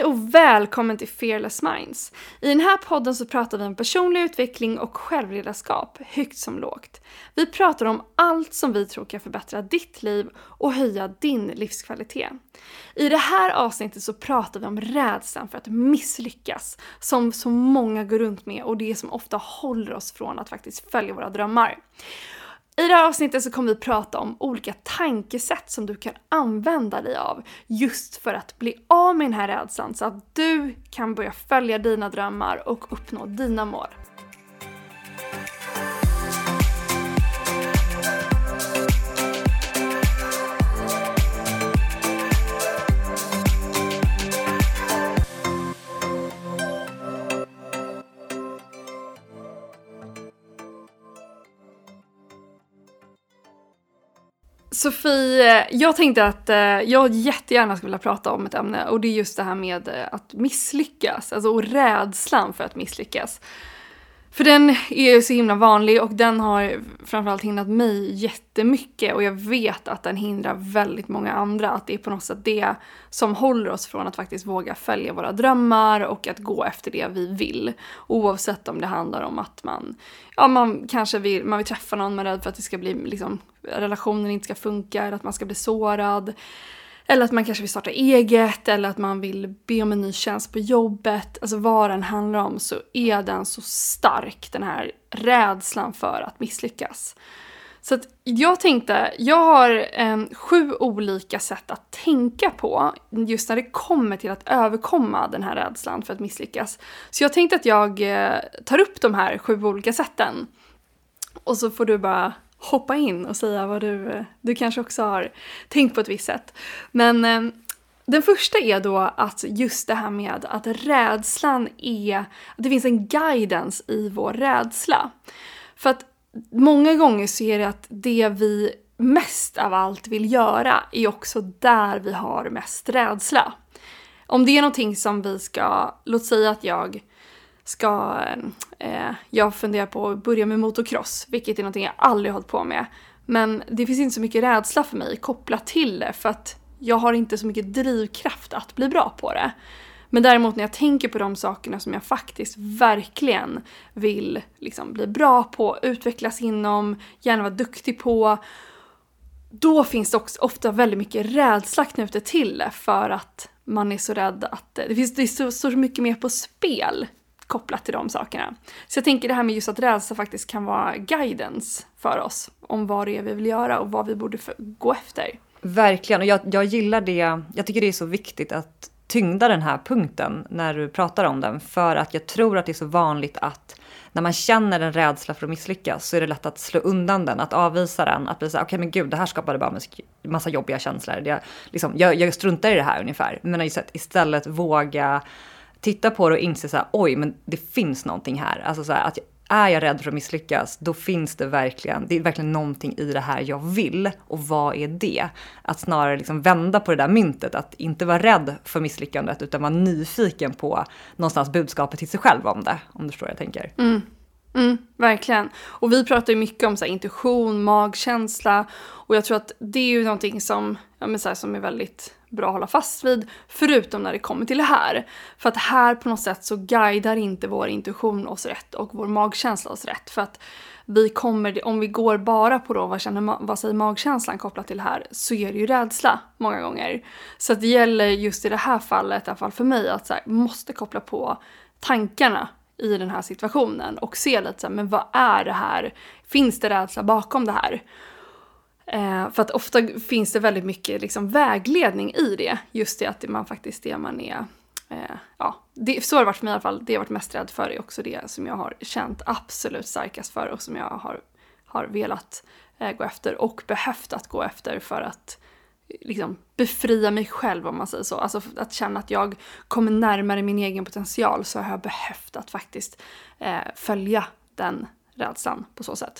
och välkommen till Fearless Minds. I den här podden så pratar vi om personlig utveckling och självledarskap, högt som lågt. Vi pratar om allt som vi tror kan förbättra ditt liv och höja din livskvalitet. I det här avsnittet så pratar vi om rädslan för att misslyckas, som så många går runt med och det som ofta håller oss från att faktiskt följa våra drömmar. I det här avsnittet så kommer vi prata om olika tankesätt som du kan använda dig av just för att bli av med den här rädslan så att du kan börja följa dina drömmar och uppnå dina mål. Sofie, jag tänkte att jag jättegärna skulle vilja prata om ett ämne och det är just det här med att misslyckas, alltså och rädslan för att misslyckas. För den är ju så himla vanlig och den har framförallt hindrat mig jättemycket och jag vet att den hindrar väldigt många andra, att det är på något sätt det som håller oss från att faktiskt våga följa våra drömmar och att gå efter det vi vill. Oavsett om det handlar om att man kanske vill träffa någon, man är rädd för att det ska bli relationen inte ska funka, eller att man ska bli sårad. Eller att man kanske vill starta eget, eller att man vill be om en ny tjänst på jobbet. Alltså vad den handlar om så är den så stark, den här rädslan för att misslyckas. Så att jag har 7 olika sätt att tänka på just när det kommer till att överkomma den här rädslan för att misslyckas. Så jag tänkte att jag tar upp de här 7 olika sätten. Och så får du bara hoppa in och säga vad du kanske också har tänkt på ett visst sätt. Men den första är då att just det här med att rädslan att det finns en guidance i vår rädsla. För att många gånger så är det att det vi mest av allt vill göra är också där vi har mest rädsla. Om det är någonting som låt säga att jag funderar på att börja med motocross, vilket är någonting jag aldrig hållit på med. Men det finns inte så mycket rädsla för mig kopplat till det, för att jag har inte så mycket drivkraft att bli bra på det. Men däremot när jag tänker på de sakerna som jag faktiskt verkligen vill bli bra på, utvecklas inom, gärna vara duktig på, då finns det också ofta väldigt mycket rädsla knutet till det, för att man är så rädd att det står så mycket mer på spel kopplat till de sakerna. Så jag tänker det här med just att rädsla faktiskt kan vara guidance för oss om vad det är vi vill göra och vad vi borde gå efter. Verkligen, och jag gillar det. Jag tycker det är så viktigt att tyngda den här punkten när du pratar om den, för att jag tror att det är så vanligt att när man känner en rädsla för att misslyckas så är det lätt att slå undan den, att avvisa den, att bli så här, okej, men gud, det här skapade bara en massa jobbiga känslor. Jag struntar i det här ungefär. Men istället våga titta på det och inse så här, oj, men det finns någonting här. Alltså så här, att är jag rädd för att misslyckas, då finns det är verkligen någonting i det här jag vill. Och vad är det? Att snarare vända på det där myntet, att inte vara rädd för misslyckandet, utan vara nyfiken på någonstans budskapet till sig själv om det. Om du förstår vad jag tänker. Verkligen. Och vi pratar ju mycket om intuition, magkänsla, och jag tror att det är ju någonting som är väldigt bra att hålla fast vid, förutom när det kommer till det här. För att här på något sätt så guidar inte vår intuition oss rätt och vår magkänsla oss rätt. För att om vi går bara på då, vad säger magkänslan kopplat till det här, så är det ju rädsla många gånger. Så att det gäller just i det här fallet, i alla fall för mig, att måste koppla på tankarna i den här situationen och se lite men vad är det här? Finns det rädsla bakom det här? För att ofta finns det väldigt mycket vägledning i det. Just det att man faktiskt så har det varit för mig i alla fall. Det jag har varit mest rädd för är också det som jag har känt absolut starkast för och som jag har velat gå efter och behövt att gå efter för att befria mig själv, om man säger så. Alltså att känna att jag kommer närmare min egen potential, så har jag behövt att faktiskt följa den rädslan på så sätt.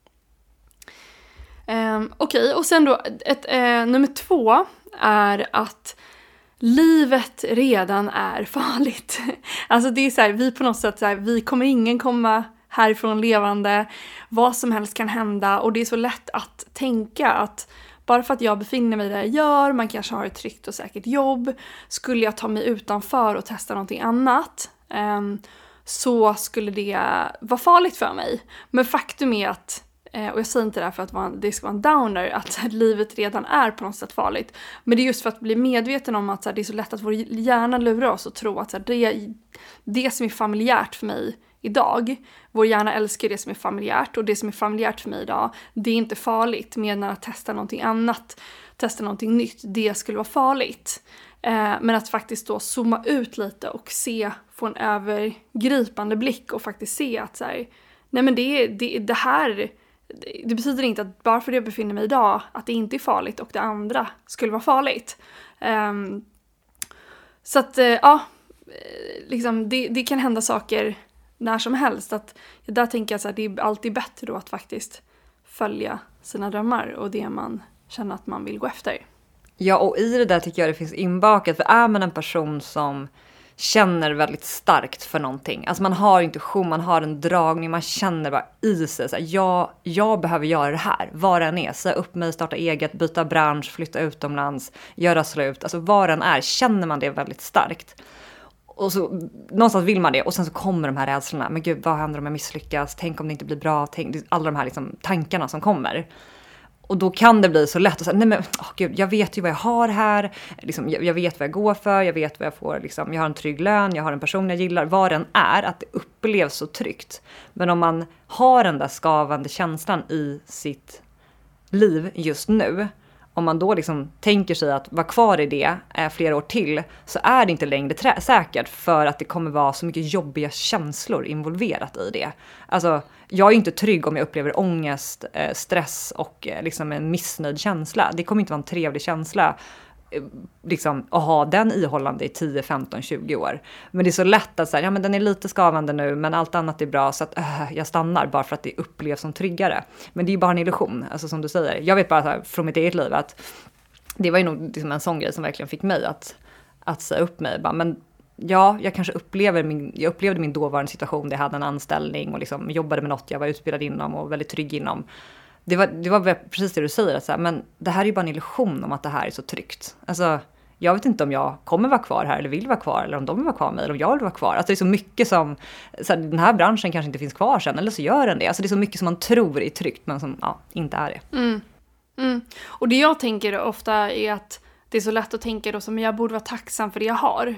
Okej, och sen då nummer 2 är att livet redan är farligt. Alltså det är så här, vi på något sätt ingen komma härifrån levande, vad som helst kan hända, och det är så lätt att tänka att bara för att jag befinner mig där jag gör, man kanske har ett tryggt och säkert jobb, skulle jag ta mig utanför och testa någonting annat, så skulle det vara farligt för mig. Men faktum är att, och jag säger inte det här för att det ska vara en downer, att livet redan är på något sätt farligt. Men det är just för att bli medveten om att så här, det är så lätt att vår hjärna lurar oss och tro att så här, det som är familjärt för mig idag, vår hjärna älskar det som är familjärt, och det som är familjärt för mig idag, det är inte farligt, medan att testa någonting annat, testa någonting nytt, det skulle vara farligt. Men att faktiskt då zooma ut lite och få en övergripande blick och faktiskt se att så här, nej men det här, det betyder inte att bara för det jag befinner mig idag att det inte är farligt och det andra skulle vara farligt. Så att liksom det kan hända saker när som helst. Att där tänker jag så här, det är alltid bättre då att faktiskt följa sina drömmar och det man känner att man vill gå efter. Ja, och i det där tycker jag det finns inbakat. För är man en person som känner väldigt starkt för någonting, alltså man har intuition, man har en dragning, man känner bara i sig så här, jag behöver göra det här, vad den är, säga upp mig, starta eget, byta bransch, flytta utomlands, göra slut, alltså vad den är, känner man det väldigt starkt. Och så någonstans vill man det, och sen så kommer de här rädslorna, men gud, vad händer om jag misslyckas, tänk om det inte blir bra, alla de här liksom tankarna som kommer. Och då kan det bli så lätt att säga, nej men gud, jag vet ju vad jag har här, liksom, jag vet vad jag går för, jag vet vad jag får, liksom, jag har en trygg lön, jag har en person jag gillar, vad den är, att det upplevs så tryggt. Men om man har den där skavande känslan i sitt liv just nu, om man då liksom tänker sig att vara kvar i det flera år till, så är det inte längre säkert, för att det kommer vara så mycket jobbiga känslor involverat i det. Alltså, jag är inte trygg om jag upplever ångest, stress och liksom en missnöjd känsla. Det kommer inte vara en trevlig känsla liksom, att ha den ihållande i 10, 15, 20 år. Men det är så lätt att säga, ja men den är lite skavande nu, men allt annat är bra, så att jag stannar bara för att det upplevs som tryggare. Men det är ju bara en illusion, alltså som du säger. Jag vet bara så här, från mitt eget liv att det var ju nog liksom en sån grej som verkligen fick mig att säga upp mig. Bara, men ja, jag kanske upplevde min dåvarande situation där jag hade en anställning och liksom jobbade med något jag var utbildad inom och väldigt trygg inom. Det var precis det du säger, att så här, men det här är ju bara en illusion om att det här är så tryggt. Alltså, jag vet inte om jag kommer vara kvar här eller vill vara kvar, eller om de vill vara kvar med, eller om jag vill vara kvar. Alltså det är så mycket som, så här, den här branschen kanske inte finns kvar sen, eller så gör den det. Alltså det är så mycket som man tror är tryggt, men som inte är det. Och det jag tänker ofta är att det är så lätt att tänka då som jag borde vara tacksam för det jag har.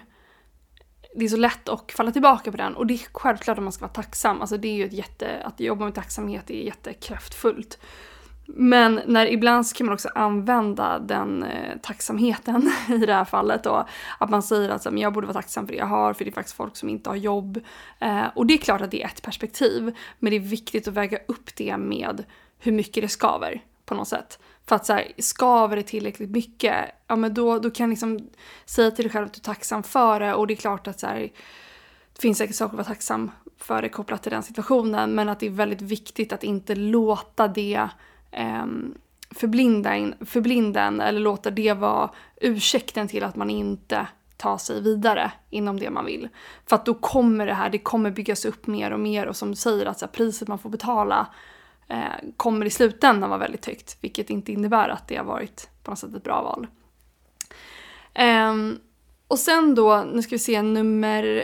Det är så lätt att falla tillbaka på den. Och det är självklart att man ska vara tacksam. Alltså det är ju att jobba med tacksamhet är jättekraftfullt. Men ibland så kan man också använda den tacksamheten i det här fallet. Och att man säger att jag borde vara tacksam för det jag har, för det är faktiskt folk som inte har jobb. Och det är klart att det är ett perspektiv. Men det är viktigt att väga upp det med hur mycket det skaver på något sätt. För att så här, skaver det tillräckligt mycket, ja men då kan liksom säga till dig själv att du är tacksam för det. Och det är klart att så här, det finns säkert saker att vara tacksam för det kopplat till den situationen. Men att det är väldigt viktigt att inte låta det förblinda en, eller låta det vara ursäkten till att man inte tar sig vidare inom det man vill. För att då kommer det kommer byggas upp mer och mer, och som du säger att så här, priset man får betala kommer i slutändan vara väldigt högt, vilket inte innebär att det har varit på något sätt ett bra val. Och sen då, nu ska vi se nummer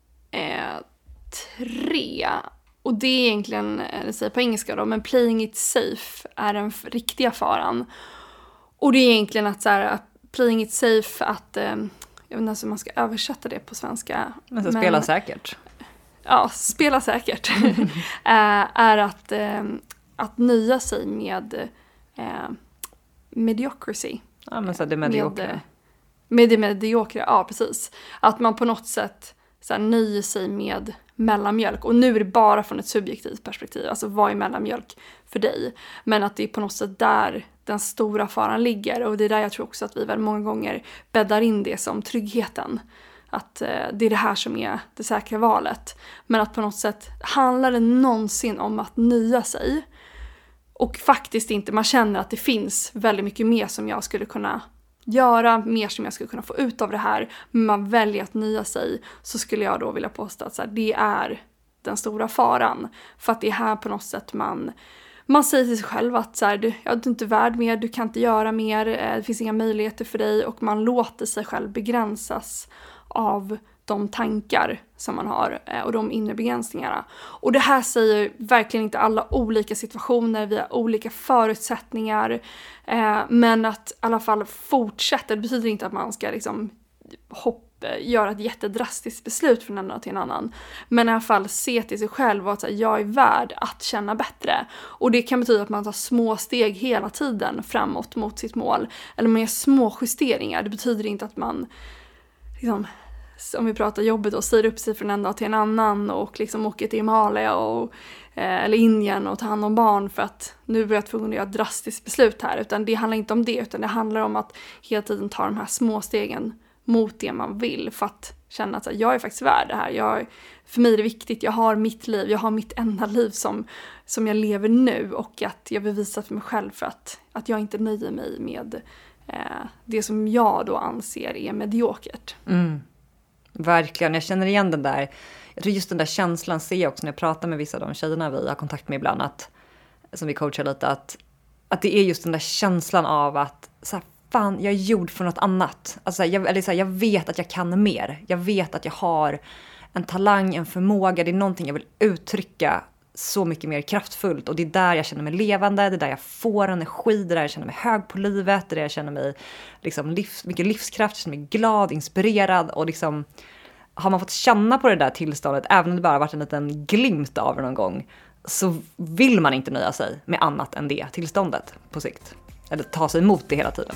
3, och det är egentligen, det säger på engelska då, men playing it safe är den riktiga faran. Och det är egentligen att så här, att playing it safe, att jag vet inte hur man ska översätta det på svenska. Men spela säkert. Ja, spela säkert. Är att nöja sig med mediocrity. Ja, men så det mediokra. Med det mediokra, ja precis. Att man på något sätt så här, nöjer sig med mellanmjölk. Och nu är det bara från ett subjektivt perspektiv. Alltså vad är mellanmjölk för dig? Men att det är på något sätt där den stora faran ligger. Och det är där jag tror också att vi väldigt många gånger bäddar in det som tryggheten. Att det är det här som är det säkra valet. Men att på något sätt handlar det någonsin om att nöja sig. Och faktiskt inte, man känner att det finns väldigt mycket mer som jag skulle kunna göra, mer som jag skulle kunna få ut av det här. Men man väljer att nöja sig, så skulle jag då vilja påstå att så här, det är den stora faran. För att det är här på något sätt man man säger till sig själv att så här, du är inte värd mer, du kan inte göra mer, det finns inga möjligheter för dig, och man låter sig själv begränsas av de tankar som man har och de inre begränsningarna. Och det här säger verkligen inte alla olika situationer, vi har olika förutsättningar, men att i alla fall fortsätta, det betyder inte att man ska liksom göra ett jättedrastiskt beslut från en dag till en annan, men i alla fall se till sig själv och att säga, jag är värd att känna bättre. Och det kan betyda att man tar små steg hela tiden framåt mot sitt mål, eller man gör små justeringar. Det betyder inte att man liksom, om vi pratar jobbet då, säger upp sig från en dag till en annan och liksom åker till Himalaya eller Indien och tar hand om barn för att nu blir jag tvungen att göra ett drastiskt beslut här. Utan det handlar inte om det, utan det handlar om att hela tiden ta de här små stegen mot det man vill, för att känna att så här, jag är faktiskt värd det här. För mig är det viktigt, jag har mitt liv, jag har mitt enda liv som jag lever nu, och att jag bevisar för mig själv för att jag inte nöjer mig med det som jag då anser är mediokert. Verkligen, jag känner igen den där. Jag tror just den där känslan ser jag också när jag pratar med vissa av de tjejerna vi har kontakt med ibland, som vi coachar lite, att det är just den där känslan av att så här, fan, jag är gjord för något annat. Alltså, jag vet att jag kan mer. Jag vet att jag har en talang, en förmåga. Det är någonting jag vill uttrycka så mycket mer kraftfullt. Och det är där jag känner mig levande. Det är där jag får energi. Det är där jag känner mig hög på livet. Det är där jag känner mig liksom mycket livskraft. Jag känner mig glad, inspirerad. Och liksom, har man fått känna på det där tillståndet, även om det bara varit en liten glimt av det någon gång, så vill man inte nöja sig med annat än det tillståndet på sikt. Eller ta sig emot det hela tiden.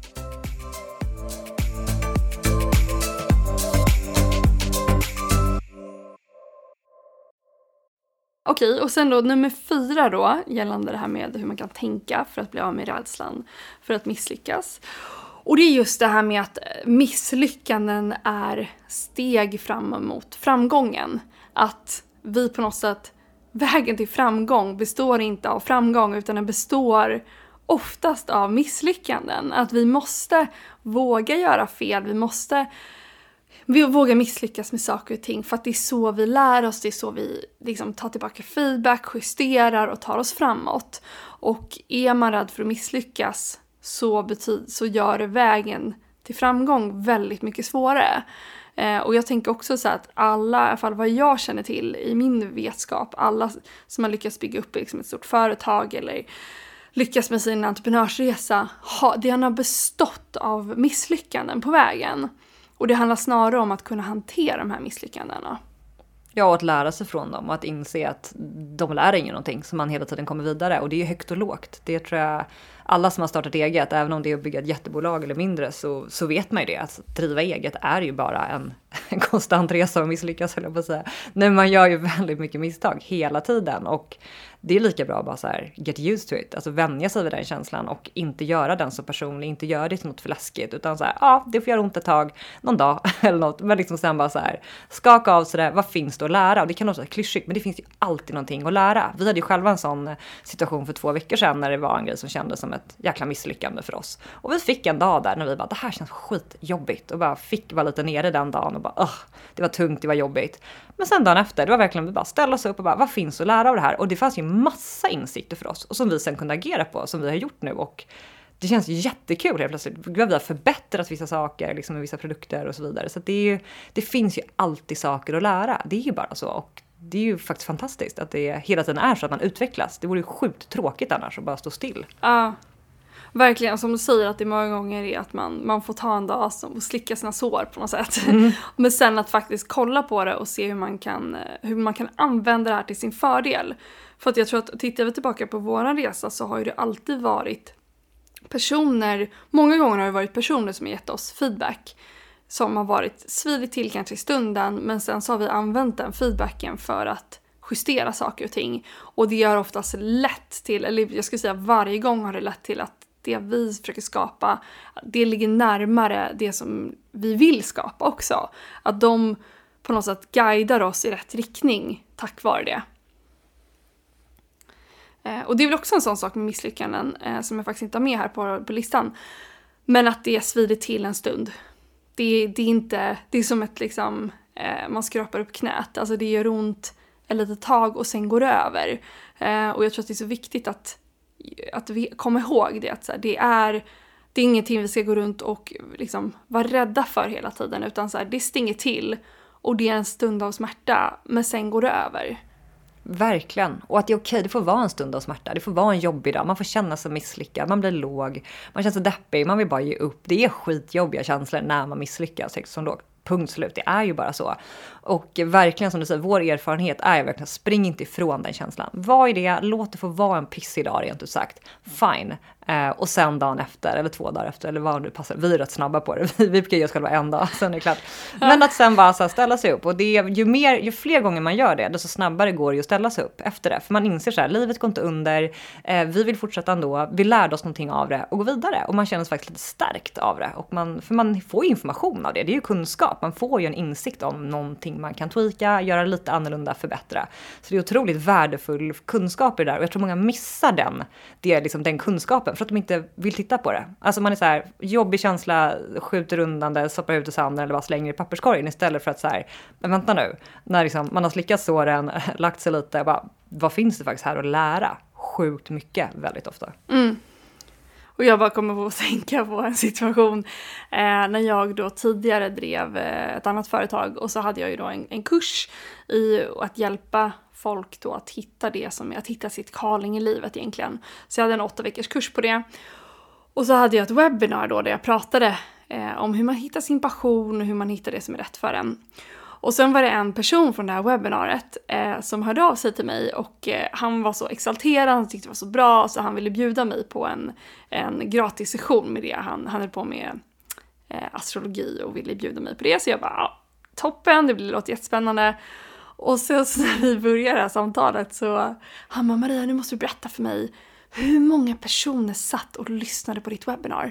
Okej, och sen då nummer 4 då, gällande det här med hur man kan tänka för att bli av med rädslan för att misslyckas. Och det är just det här med att misslyckanden är steg fram emot framgången. Att vi på något sätt, vägen till framgång består inte av framgång, utan den består oftast av misslyckanden. Att vi måste våga göra fel, vi vågar misslyckas med saker och ting, för att det är så vi lär oss, det är så vi liksom tar tillbaka feedback, justerar och tar oss framåt. Och är man rädd för att misslyckas så gör det vägen till framgång väldigt mycket svårare. Och jag tänker också så att alla, i alla fall vad jag känner till i min vetskap, alla som har lyckats bygga upp liksom ett stort företag eller lyckas med sin entreprenörsresa, det har bestått av misslyckanden på vägen. Och det handlar snarare om att kunna hantera de här misslyckandena. Ja, och att lära sig från dem och att inse att de lär ingen någonting, så man hela tiden kommer vidare. Och det är ju högt och lågt. Det tror jag alla som har startat eget, även om det är att bygga ett jättebolag eller mindre, så vet man ju det. Att driva eget är ju bara en konstant resa och misslyckas, höll jag på att säga. Nej, man gör ju väldigt mycket misstag hela tiden, och det är lika bra att bara så här, get used to it. Alltså vänja sig vid den känslan och inte göra den så personlig, inte göra det till något för läskigt, utan så här, ja, det får göra ont ett tag, någon dag eller något, men liksom sen bara så här, skaka av sig det, vad finns det att lära? Och det kan också vara klyschigt, men det finns ju alltid någonting att lära. Vi hade ju själva en sån situation för 2 veckor sedan när det var en grej som kändes som ett jäkla misslyckande för oss. Och vi fick en dag där när vi bara, det här känns skitjobbigt, och bara fick vara lite nere den dagen och bara, det var tungt, det var jobbigt. Men sen dagen efter, det var verkligen, vi bara ställa oss upp och bara, vad finns att lära av det här? Och det fanns ju massa insikter för oss, och som vi sen kunde agera på, som vi har gjort nu, och det känns ju helt plötsligt. Vi har förbättrat vissa saker, liksom med vissa produkter och så vidare. Så det finns ju alltid saker att lära. Det är ju bara så, och det är ju faktiskt fantastiskt att det hela tiden är så att man utvecklas. Det vore ju sjukt tråkigt annars att bara stå still. Ja, verkligen. Som du säger, att det många gånger är att man får ta en dag och slicka sina sår på något sätt. Men sen att faktiskt kolla på det och se hur man kan använda det här till sin fördel. För att jag tror att, tittar vi tillbaka på våran resa, så har ju det alltid varit många gånger har det varit personer som har gett oss feedback som har varit svidigt till kanske i stunden, men sen så har vi använt den feedbacken för att justera saker och ting. Och det gör oftast lätt till, eller jag skulle säga varje gång har det lett till att det vi försöker skapa, det ligger närmare det som vi vill skapa också. Att de på något sätt guidar oss i rätt riktning tack vare det. Och det är väl också en sån sak med misslyckanden som jag faktiskt inte har med här på listan. Men att det svider till en stund. Det är som ett liksom, man skrapar upp knät. Alltså det gör ont ett litet tag och sen går det över. Och jag tror att det är så viktigt att vi kommer ihåg det. Att så här, det är ingenting vi ska gå runt och liksom vara rädda för hela tiden. Utan så här, det stinger till och det är en stund av smärta, men sen går det över. Verkligen. Och att det är okej, det får vara en stund av smärta. Det får vara en jobbig dag. Man får känna sig misslyckad. Man blir låg. Man känner sig deppig. Man vill bara ge upp. Det är skitjobbiga känslor när man misslyckas högt som lågt. Punkt slut. Det är ju bara så. Och verkligen som du säger, vår erfarenhet är verkligen, spring inte ifrån den känslan. Vad är det? Låt det få vara en pissig dag, rent ut sagt. Fine. Och sen dagen efter, eller 2 dagar efter, eller vad det passar. Vi är rätt snabba på det. Vi brukar ge oss själva en dag, sen är det klart. Men att sen bara så här, ställa sig upp. Och det är, ju fler gånger man gör det, desto snabbare går det att ställa sig upp efter det. För man inser så här, livet går inte under. Vi vill fortsätta ändå. Vi lärde oss någonting av det och gå vidare. Och man känner sig faktiskt lite stärkt av det. Och för man får information av det. Det är ju kunskap. Man får ju en insikt om någonting man kan tweaka, göra lite annorlunda, förbättra. Så det är otroligt värdefull kunskap i det där. Och jag tror många missar den kunskapen för att de inte vill titta på det. Alltså man är så här, jobbig känsla, skjuter undan det, stoppar ut i sanden eller bara slänger i papperskorgen istället för att så här, men vänta nu, när liksom man har slickat såren, lagt sig lite, bara, vad finns det faktiskt här att lära? Sjukt mycket, väldigt ofta. Mm. Och jag bara kommer på att tänka på en situation när jag då tidigare drev ett annat företag, och så hade jag ju då en kurs i att hjälpa folk då att hitta det som är att hitta sitt calling i livet egentligen. Så jag hade en 8 veckors kurs på det. Och så hade jag ett webbinar då där jag pratade om hur man hittar sin passion och hur man hittar det som är rätt för en. Och sen var det en person från det här webbinariet som hörde av sig till mig, och han var så exalterad, han tyckte det var så bra, så han ville bjuda mig på en gratis session med det. Han höll på med astrologi och ville bjuda mig på det, så jag bara, toppen, det låter jättespännande. Och så när vi började det här samtalet så han bara, Maria, nu måste du berätta för mig hur många personer satt och lyssnade på ditt webbinar.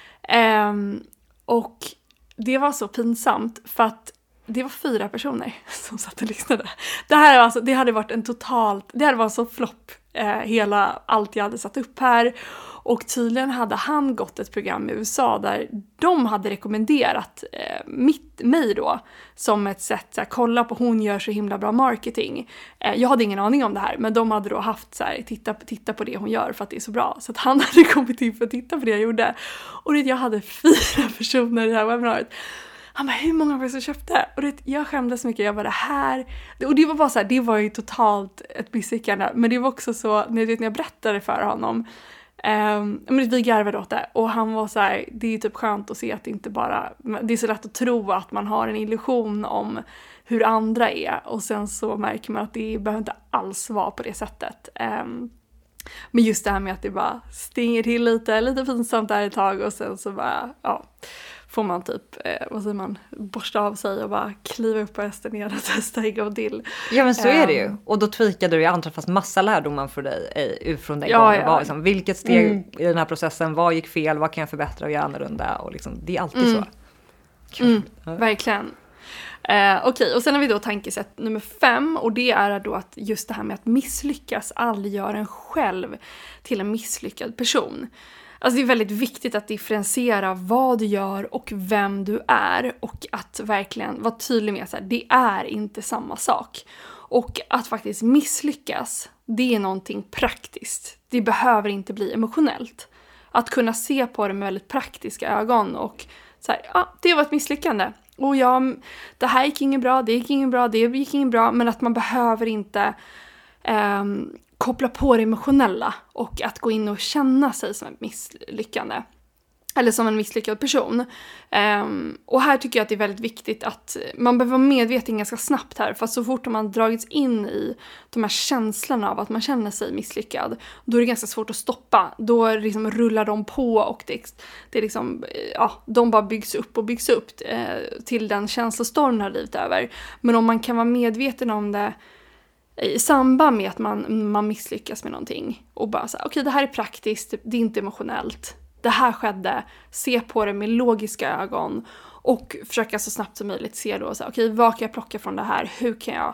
Och det var så pinsamt för att det var 4 personer som satt och lyssnade. Det hade varit en så flopp hela allt jag hade satt upp här. Och tydligen hade han gått ett program i USA där de hade rekommenderat mig då som ett sätt att kolla på, hon gör så himla bra marketing. Jag hade ingen aning om det här, men de hade då haft så här, titta på det hon gör för att det är så bra. Så att han hade kommit in för att titta på det jag gjorde. Och jag hade 4 personer i det här webbinariet. Han bara, hur många var det som köpte? Och jag skämdes mycket. Jag bara, det här... Och det var bara så här, det var ju totalt ett misslyckande. Men det var också så, när jag berättade för honom. Men vi garvade åt det. Och han var så här, det är typ skönt att se att det inte bara... Det är så lätt att tro att man har en illusion om hur andra är. Och sen så märker man att det behöver inte alls vara på det sättet. Men just det här med att det bara stinger till lite pinsamt där ett tag. Och sen så bara, får man typ, borsta av sig och bara kliva upp på hästen igen och testa en gång till. Ja, men så är det ju. Och då tweakade du, jag antar, fast massa lärdomar för dig från den gången. Ja. Liksom, vilket steg i den här processen, vad gick fel, vad kan jag förbättra och göra annorlunda? Och liksom, det är alltid så. Verkligen. Okej, och sen har vi då tankesätt nummer 5, och det är då att just det här med att misslyckas aldrig gör en själv till en misslyckad person. Alltså det är väldigt viktigt att differentiera vad du gör och vem du är, och att verkligen vara tydlig med att det är inte samma sak. Och att faktiskt misslyckas, det är någonting praktiskt. Det behöver inte bli emotionellt. Att kunna se på det med väldigt praktiska ögon och så här, det var ett misslyckande. Och det här gick inget bra, det gick inget bra, men att man behöver inte koppla på det emotionella och att gå in och känna sig som ett misslyckande. Eller som en misslyckad person. Och här tycker jag att det är väldigt viktigt att man behöver vara medveten ganska snabbt här. För så fort man dragits in i de här känslorna av att man känner sig misslyckad, då är det ganska svårt att stoppa. Då liksom rullar de på och det är liksom, de bara byggs upp till den känslostorm har livet över. Men om man kan vara medveten om det i samband med att man misslyckas med någonting och bara säga, okej, det här är praktiskt, det är inte emotionellt. Det här skedde, se på det med logiska ögon och försöka så snabbt som möjligt se då, okej, vad kan jag plocka från det här? Hur kan jag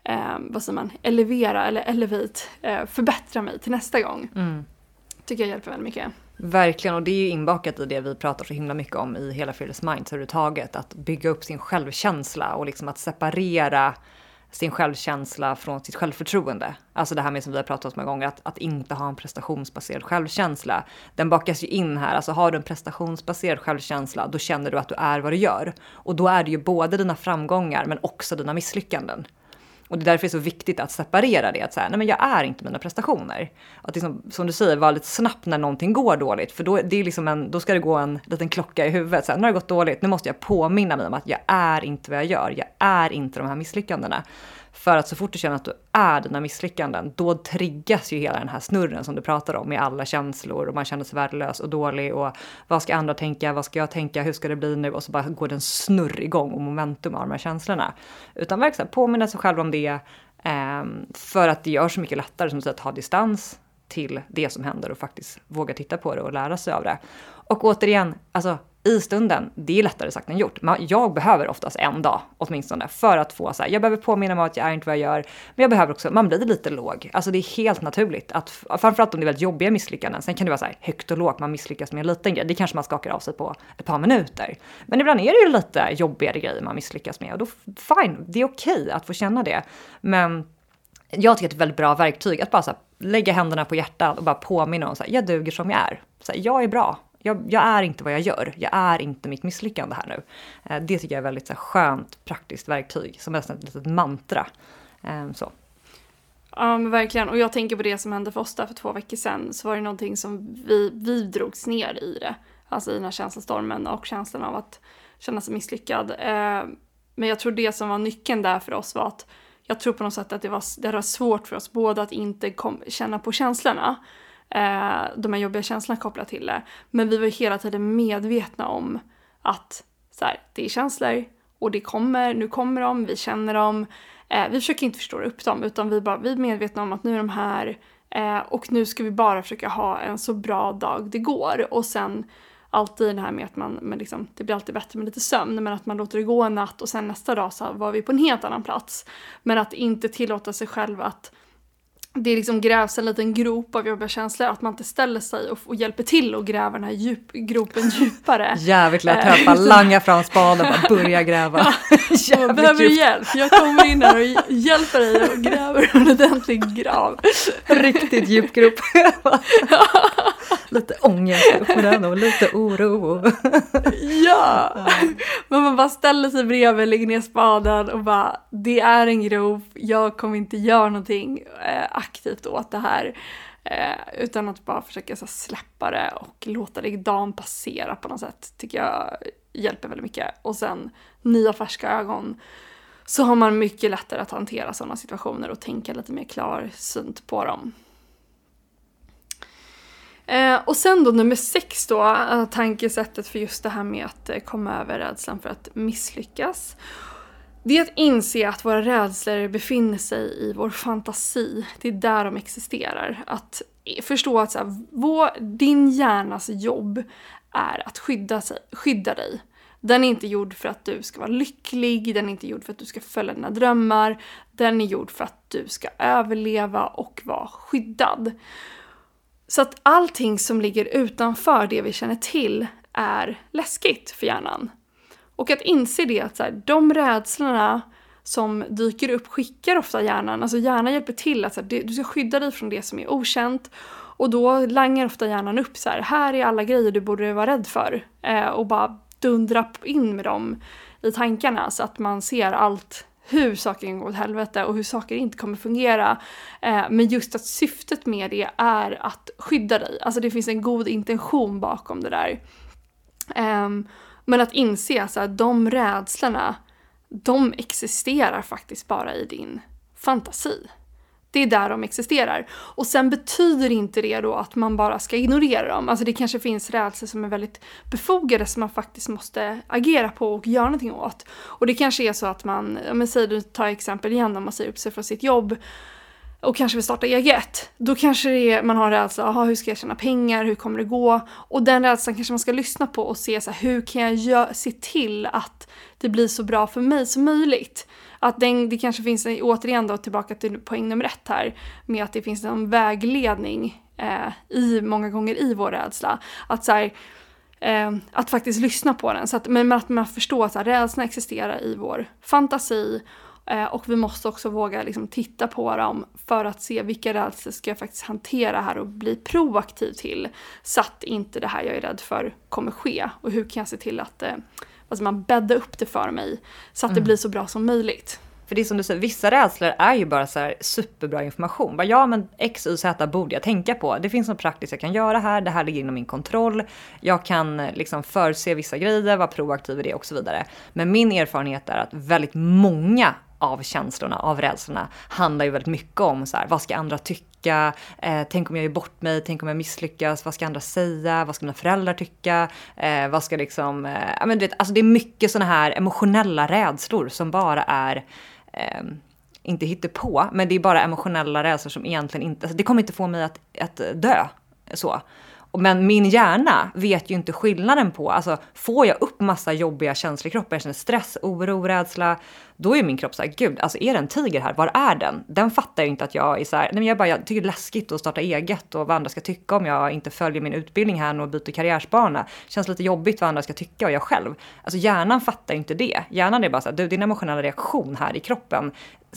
förbättra mig till nästa gång? Tycker jag hjälper väldigt mycket. Verkligen, och det är ju inbakat i det vi pratar så himla mycket om i hela Fearless Minds överhuvudtaget, att bygga upp sin självkänsla och liksom att separera sin självkänsla från sitt självförtroende. Alltså det här med som vi har pratat om så många gånger, att inte ha en prestationsbaserad självkänsla. Den bakas ju in här. Alltså har du en prestationsbaserad självkänsla, då känner du att du är vad du gör. Och då är det ju både dina framgångar men också dina misslyckanden. Och det är därför det är så viktigt att separera det. Att säga, nej men jag är inte mina prestationer. Att liksom, som du säger, vara lite snabbt när någonting går dåligt. För då, det är liksom då ska det gå en liten klocka i huvudet. Så här, nu har det gått dåligt, nu måste jag påminna mig om att jag är inte vad jag gör. Jag är inte de här misslyckandena. För att så fort du känner att du är dina misslyckanden, då triggas ju hela den här snurren som du pratar om med alla känslor och man känner sig värdelös och dålig och vad ska andra tänka, vad ska jag tänka, hur ska det bli nu, och så bara går den snurr igång och momentum av de här känslorna. Utan verkligen påminna sig själv om det, för att det gör så mycket lättare som att ha distans till det som händer och faktiskt våga titta på det och lära sig av det. Och återigen, alltså i stunden, det är lättare sagt än gjort. Jag behöver oftast en dag åtminstone för att få så här, jag behöver påminna mig att jag är inte vad jag gör, men jag behöver också, man blir lite låg. Alltså det är helt naturligt att, framförallt om det är väldigt jobbiga misslyckanden, sen kan det vara så här högt och lågt, man misslyckas med en liten grej, det kanske man skakar av sig på ett par minuter. Men ibland är det ju lite jobbigare grejer man misslyckas med och då, fine, det är okej att få känna det. Men jag tycker att det är ett väldigt bra verktyg att bara så här, lägga händerna på hjärtat och bara påminna om så här, jag duger som jag är. Så här, jag är bra. Jag är inte vad jag gör. Jag är inte mitt misslyckande här nu. Det tycker jag är väldigt så här, skönt, praktiskt verktyg. Som nästan ett litet mantra. Så. Ja, men verkligen. Och jag tänker på det som hände för oss där för 2 veckor sedan. Så var det någonting som vi drogs ner i det. Alltså i den här känslostormen och känslan av att känna sig misslyckad. Men jag tror det som var nyckeln där för oss var att jag tror på något sätt att det var svårt för oss båda att inte känna på känslorna. De här jobbiga känslorna kopplat till det. Men vi var hela tiden medvetna om att så här, det är känslor och nu kommer de, vi känner dem. Vi försöker inte förstora upp dem utan vi är medvetna om att nu är de här och nu ska vi bara försöka ha en så bra dag det går. Och sen alltid det här med att men liksom, det blir alltid bättre med lite sömn, men att man låter det gå en natt och sen nästa dag så var vi på en helt annan plats. Men att inte tillåta sig själv att det liksom grävs en liten grop av jobbiga känslor, att man inte ställer sig och hjälper till och gräver den här gropen djupare. Jävligt lätt att bara langa fram spaden och börja gräva. Ja, behöver du hjälp? Jag kommer in här och hjälper dig och gräver en ordentlig grav. Riktigt djup grop. Lite ångest på den och lite oro. Ja, men man bara ställer sig bredvid, lägger ner spaden och bara, det är en grop, jag kommer inte göra någonting aktivt åt det här. Utan att bara försöka så släppa det och låta dagen passera på något sätt, tycker jag hjälper väldigt mycket. Och sen nya färska ögon, så har man mycket lättare att hantera sådana situationer och tänka lite mer klarsynt på dem. Och sen då nummer 6 då, tankesättet för just det här med att komma över rädslan för att misslyckas. Det är att inse att våra rädslor befinner sig i vår fantasi. Det är där de existerar. Att förstå att så här, din hjärnas jobb är att skydda dig. Den är inte gjord för att du ska vara lycklig. Den är inte gjord för att du ska följa dina drömmar. Den är gjord för att du ska överleva och vara skyddad. Så att allting som ligger utanför det vi känner till är läskigt för hjärnan. Och att inse det att så här, de rädslorna som dyker upp skickar ofta hjärnan. Alltså hjärnan hjälper till att så här, du ska skydda dig från det som är okänt. Och då langar ofta hjärnan upp så här är alla grejer du borde vara rädd för. Och bara dundra in med dem i tankarna så att man ser allt, hur saker kan gå åt helvete och hur saker inte kommer fungera. Men just att syftet med det är att skydda dig. Alltså det finns en god intention bakom det där. Men att inse att de rädslorna, de existerar faktiskt bara i din fantasi. Det är där de existerar. Och sen betyder inte det då att man bara ska ignorera dem. Alltså det kanske finns rädslor som är väldigt befogade som man faktiskt måste agera på och göra någonting åt. Och det kanske är så att man, säg du tar exempel igen om man säger upp sig från sitt jobb och kanske vill starta eget. Då kanske man har rädsla, hur ska jag tjäna pengar, hur kommer det gå? Och den rädslan kanske man ska lyssna på och se så här, hur kan jag se till att det blir så bra för mig som möjligt. Att det kanske finns, återigen då tillbaka till poäng nummer 1 här, med att det finns en vägledning många gånger i vår rädsla. Att så här, att faktiskt lyssna på den. Så att, men att man förstår att rädslan existerar i vår fantasi Och vi måste också våga liksom titta på dem för att se vilka rädslor ska jag faktiskt hantera här och bli proaktiv till. Så att inte det här jag är rädd för kommer ske. Och hur kan jag se till att man bäddar upp det för mig så att det blir så bra som möjligt. För det är som du säger, vissa rädslor är ju bara så här superbra information. Ja, men X, Y, Z borde jag tänka på. Det finns något praktiskt jag kan göra här. Det här ligger inom min kontroll. Jag kan liksom förutse vissa grejer, vara proaktiv i det och så vidare. Men min erfarenhet är att väldigt många av känslorna, av rädslorna, handlar ju väldigt mycket om så här, vad ska andra tycka? Tänk om jag gör bort mig? Tänk om jag misslyckas? Vad ska andra säga? Vad ska mina föräldrar tycka? Vad ska liksom... men du vet, alltså det är mycket såna här emotionella rädslor som bara är... inte hittepå, men det är bara emotionella rädslor som egentligen inte... Alltså det kommer inte få mig att dö, så. Men min hjärna vet ju inte skillnaden på, alltså får jag upp massa jobbiga känslor i kroppen, jag känner stress, oro, rädsla, då är min kropp så här, gud, alltså är det en tiger här, var är den? Den fattar ju inte att jag är så här, nej men jag tycker det är läskigt att starta eget och vad andra ska tycka om jag inte följer min utbildning här och byter karriärsbana. Känns lite jobbigt vad andra ska tycka och jag själv. Alltså hjärnan fattar inte det. Hjärnan är bara så här, din emotionella reaktion här i kroppen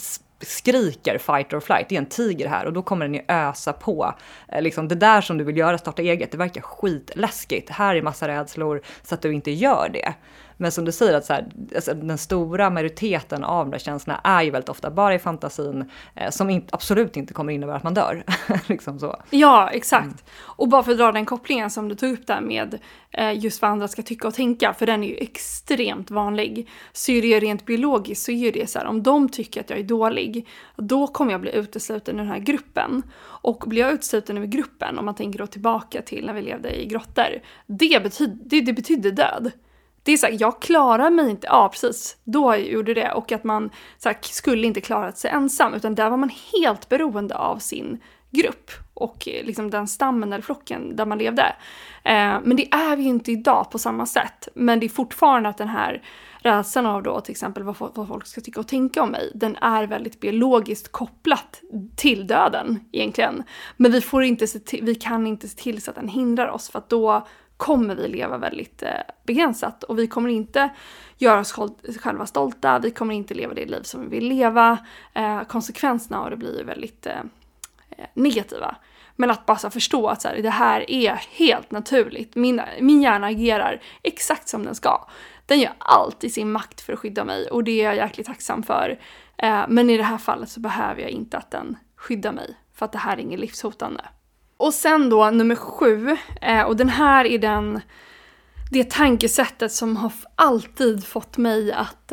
skriker fight or flight, det är en tiger här och då kommer den ju ösa på liksom det där som du vill göra, starta eget, det verkar skitläskigt, här är massa rädslor så att du inte gör det. Men som du säger, att så här, alltså den stora majoriteten av de där känslorna är ju väldigt ofta bara i fantasin som absolut inte kommer innebära att man dör. liksom så. Ja, exakt. Och bara för att dra den kopplingen som du tog upp där med just vad andra ska tycka och tänka, för den är ju extremt vanlig. Så är det rent biologiskt så är det så här, om de tycker att jag är dålig, då kommer jag bli utesluten ur den här gruppen. Och blir jag utesluten ur gruppen, om man tänker då tillbaka till när vi levde i grottor, det betyder död. Det är så här, jag klarar mig inte, ja precis, då gjorde det. Och att man så här, skulle inte klara sig ensam, utan där var man helt beroende av sin grupp och liksom den stammen eller flocken där man levde. Men det är vi ju inte idag på samma sätt. Men det är fortfarande att den här rädslan av då till exempel vad folk ska tycka och tänka om mig, den är väldigt biologiskt kopplat till döden egentligen. Men vi kan inte se till så att den hindrar oss, för att då kommer vi leva väldigt begränsat och vi kommer inte göra oss själva stolta, vi kommer inte leva det liv som vi vill leva. Konsekvenserna av det blir väldigt negativa. Men att bara förstå att så här, det här är helt naturligt. Min hjärna agerar exakt som den ska. Den gör allt i sin makt för att skydda mig och det är jag jäkligt tacksam för. Men i det här fallet så behöver jag inte att den skyddar mig, för att det här är inget livshotande. Och sen då nummer 7, och den här är det tankesättet som har alltid fått mig att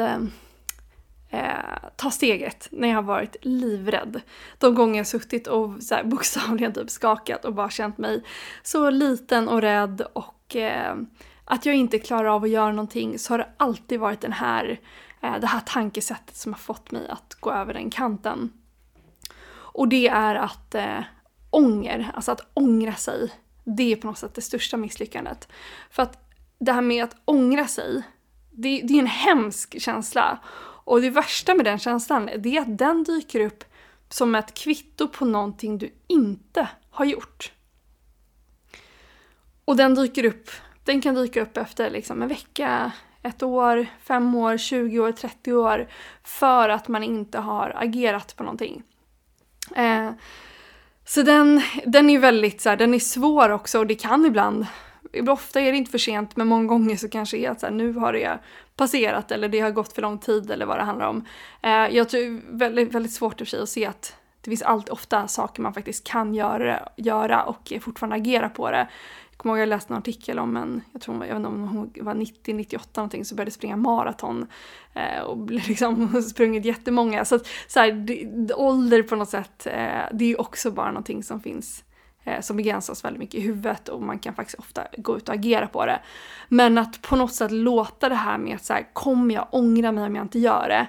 ta steget när jag har varit livrädd. De gånger jag suttit och så här, bokstavligen typ skakat och bara känt mig så liten och rädd och att jag inte klarar av att göra någonting, så har det alltid varit det här tankesättet som har fått mig att gå över den kanten. Och det är att ånger, alltså att ångra sig, det är på något sätt det största misslyckandet. För att det här med att ångra sig, det är en hemsk känsla. Och det värsta med den känslan, det är att den dyker upp som ett kvitto på någonting du inte har gjort. Och den kan dyka upp efter liksom en vecka, 1 år, 5 år, 20 år, 30 år, för att man inte har agerat på någonting. Så den är väldigt så här, den är svår också, och det kan ibland, ofta är det inte för sent, men många gånger så kanske är att så här, nu har det passerat eller det har gått för lång tid eller vad det handlar om. Jag tror det är väldigt, väldigt svårt i och för sig att se att det finns ofta saker man faktiskt kan göra och fortfarande agera på det. Jag kommer ihåg att jag läste en artikel om jag vet inte om hon var 90-98 någonting, så började springa maraton och liksom sprungit jättemånga. Så ålder på något sätt, det är ju också bara någonting som finns, som begränsas väldigt mycket i huvudet, och man kan faktiskt ofta gå ut och agera på det. Men att på något sätt låta det här med att så här, kommer jag ångra mig om jag inte gör det?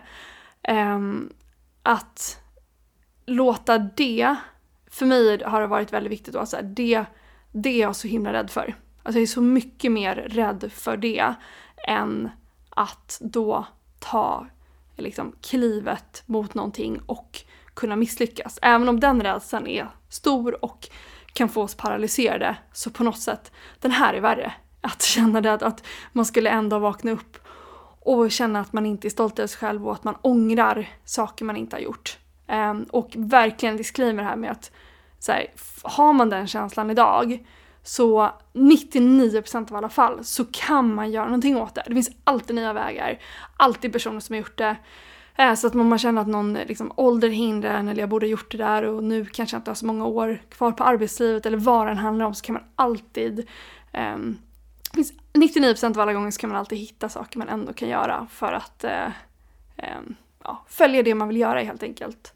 Att låta det, för mig har det varit väldigt viktigt att så här, det är jag så himla rädd för. Alltså jag är så mycket mer rädd för det än att då ta liksom klivet mot någonting och kunna misslyckas. Även om den rädslan är stor och kan få oss paralyserade, så på något sätt, den här är värre. Att känna det, att man skulle ändå vakna upp och känna att man inte är stolt över sig själv och att man ångrar saker man inte har gjort. Och verkligen disclaimer här med att så här, har man den känslan idag, så 99% av alla fall så kan man göra någonting åt det. Det finns alltid nya vägar, alltid personer som har gjort det. Så att man känner att någon liksom, ålder hindrar en, eller jag borde ha gjort det där och nu kanske jag inte har så många år kvar på arbetslivet eller vad den handlar om, så kan man alltid, det finns 99% av alla gånger så kan man alltid hitta saker man ändå kan göra för att följa det man vill göra helt enkelt.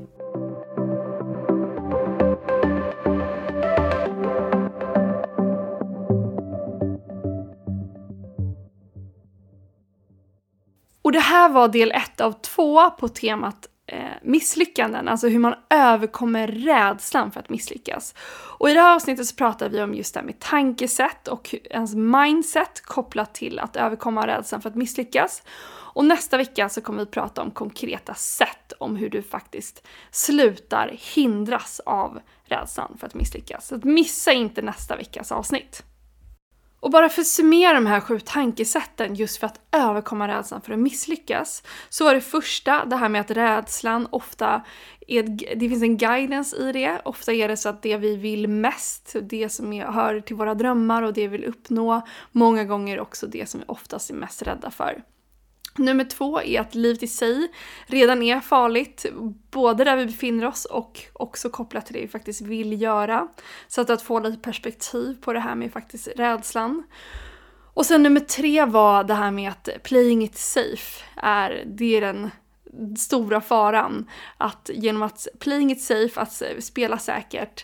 Och det här var del 1 av 2 på temat misslyckanden, alltså hur man överkommer rädslan för att misslyckas. Och i det här avsnittet så pratar vi om just det här med tankesätt och ens mindset kopplat till att överkomma rädslan för att misslyckas. Och nästa vecka så kommer vi prata om konkreta sätt om hur du faktiskt slutar hindras av rädslan för att misslyckas. Så missa inte nästa veckas avsnitt. Och bara för att summera de här 7 tankesätten just för att överkomma rädslan för att misslyckas, så är det första det här med att rädslan ofta det finns en guidance i det. Ofta är det så att det vi vill mest, det som hör till våra drömmar och det vi vill uppnå, många gånger också det som vi oftast är mest rädda för. Nummer 2 är att livet i sig redan är farligt, både där vi befinner oss och också kopplat till det vi faktiskt vill göra. Så att få lite perspektiv på det här med faktiskt rädslan. Och sen nummer 3 var det här med att playing it safe det är den stora faran. Att genom att playing it safe, att spela säkert,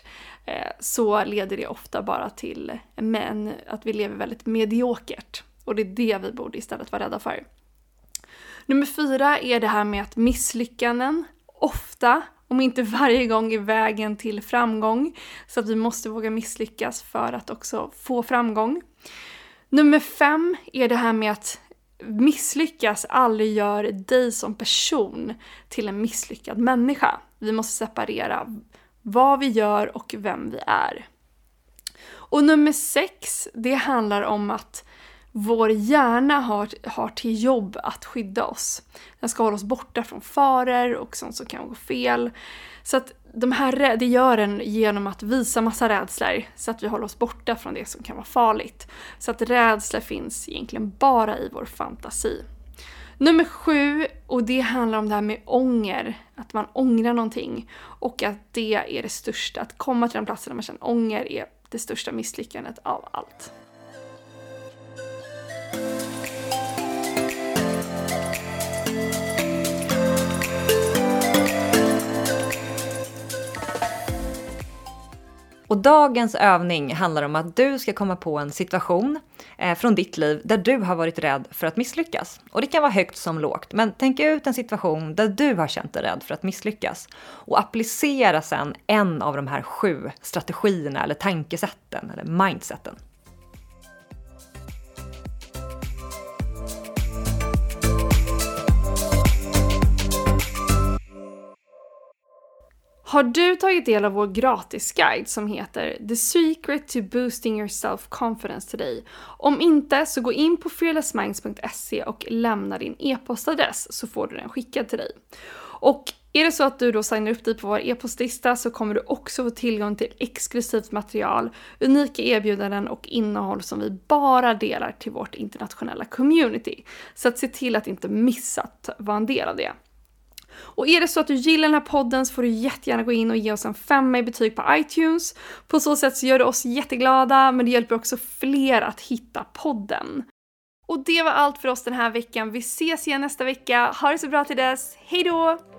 så leder det ofta bara till att vi lever väldigt mediokert. Och det är det vi borde istället vara rädda för. Nummer 4 är det här med att misslyckanden ofta, om inte varje gång, är vägen till framgång. Så att vi måste våga misslyckas för att också få framgång. Nummer 5 är det här med att misslyckas aldrig gör dig som person till en misslyckad människa. Vi måste separera vad vi gör och vem vi är. Och nummer 6, det handlar om att vår hjärna har till jobb att skydda oss. Den ska hålla oss borta från faror och sånt som kan gå fel. Så att det gör den genom att visa massa rädslor så att vi håller oss borta från det som kan vara farligt. Så att rädsla finns egentligen bara i vår fantasi. Nummer 7, och det handlar om det här med ånger. Att man ångrar någonting och att det är det största. Att komma till den platsen där man känner ånger är det största misslyckandet av allt. Och dagens övning handlar om att du ska komma på en situation från ditt liv där du har varit rädd för att misslyckas. Och det kan vara högt som lågt, men tänk ut en situation där du har känt dig rädd för att misslyckas. Och applicera sedan en av de här 7 strategierna eller tankesätten eller mindsetten. Har du tagit del av vår gratisguide som heter The Secret to Boosting Your Self-Confidence Today? Om inte, så gå in på fearlessminds.se och lämna din e-postadress så får du den skickad till dig. Och är det så att du då signar upp dig på vår e-postlista, så kommer du också få tillgång till exklusivt material, unika erbjudanden och innehåll som vi bara delar till vårt internationella community. Så att se till att inte missa att vara en del av det. Och är det så att du gillar den här podden, så får du jättegärna gå in och ge oss en 5 i betyg på iTunes. På så sätt så gör det oss jätteglada, men det hjälper också fler att hitta podden. Och det var allt för oss den här veckan. Vi ses igen nästa vecka. Ha det så bra till dess. Hej då!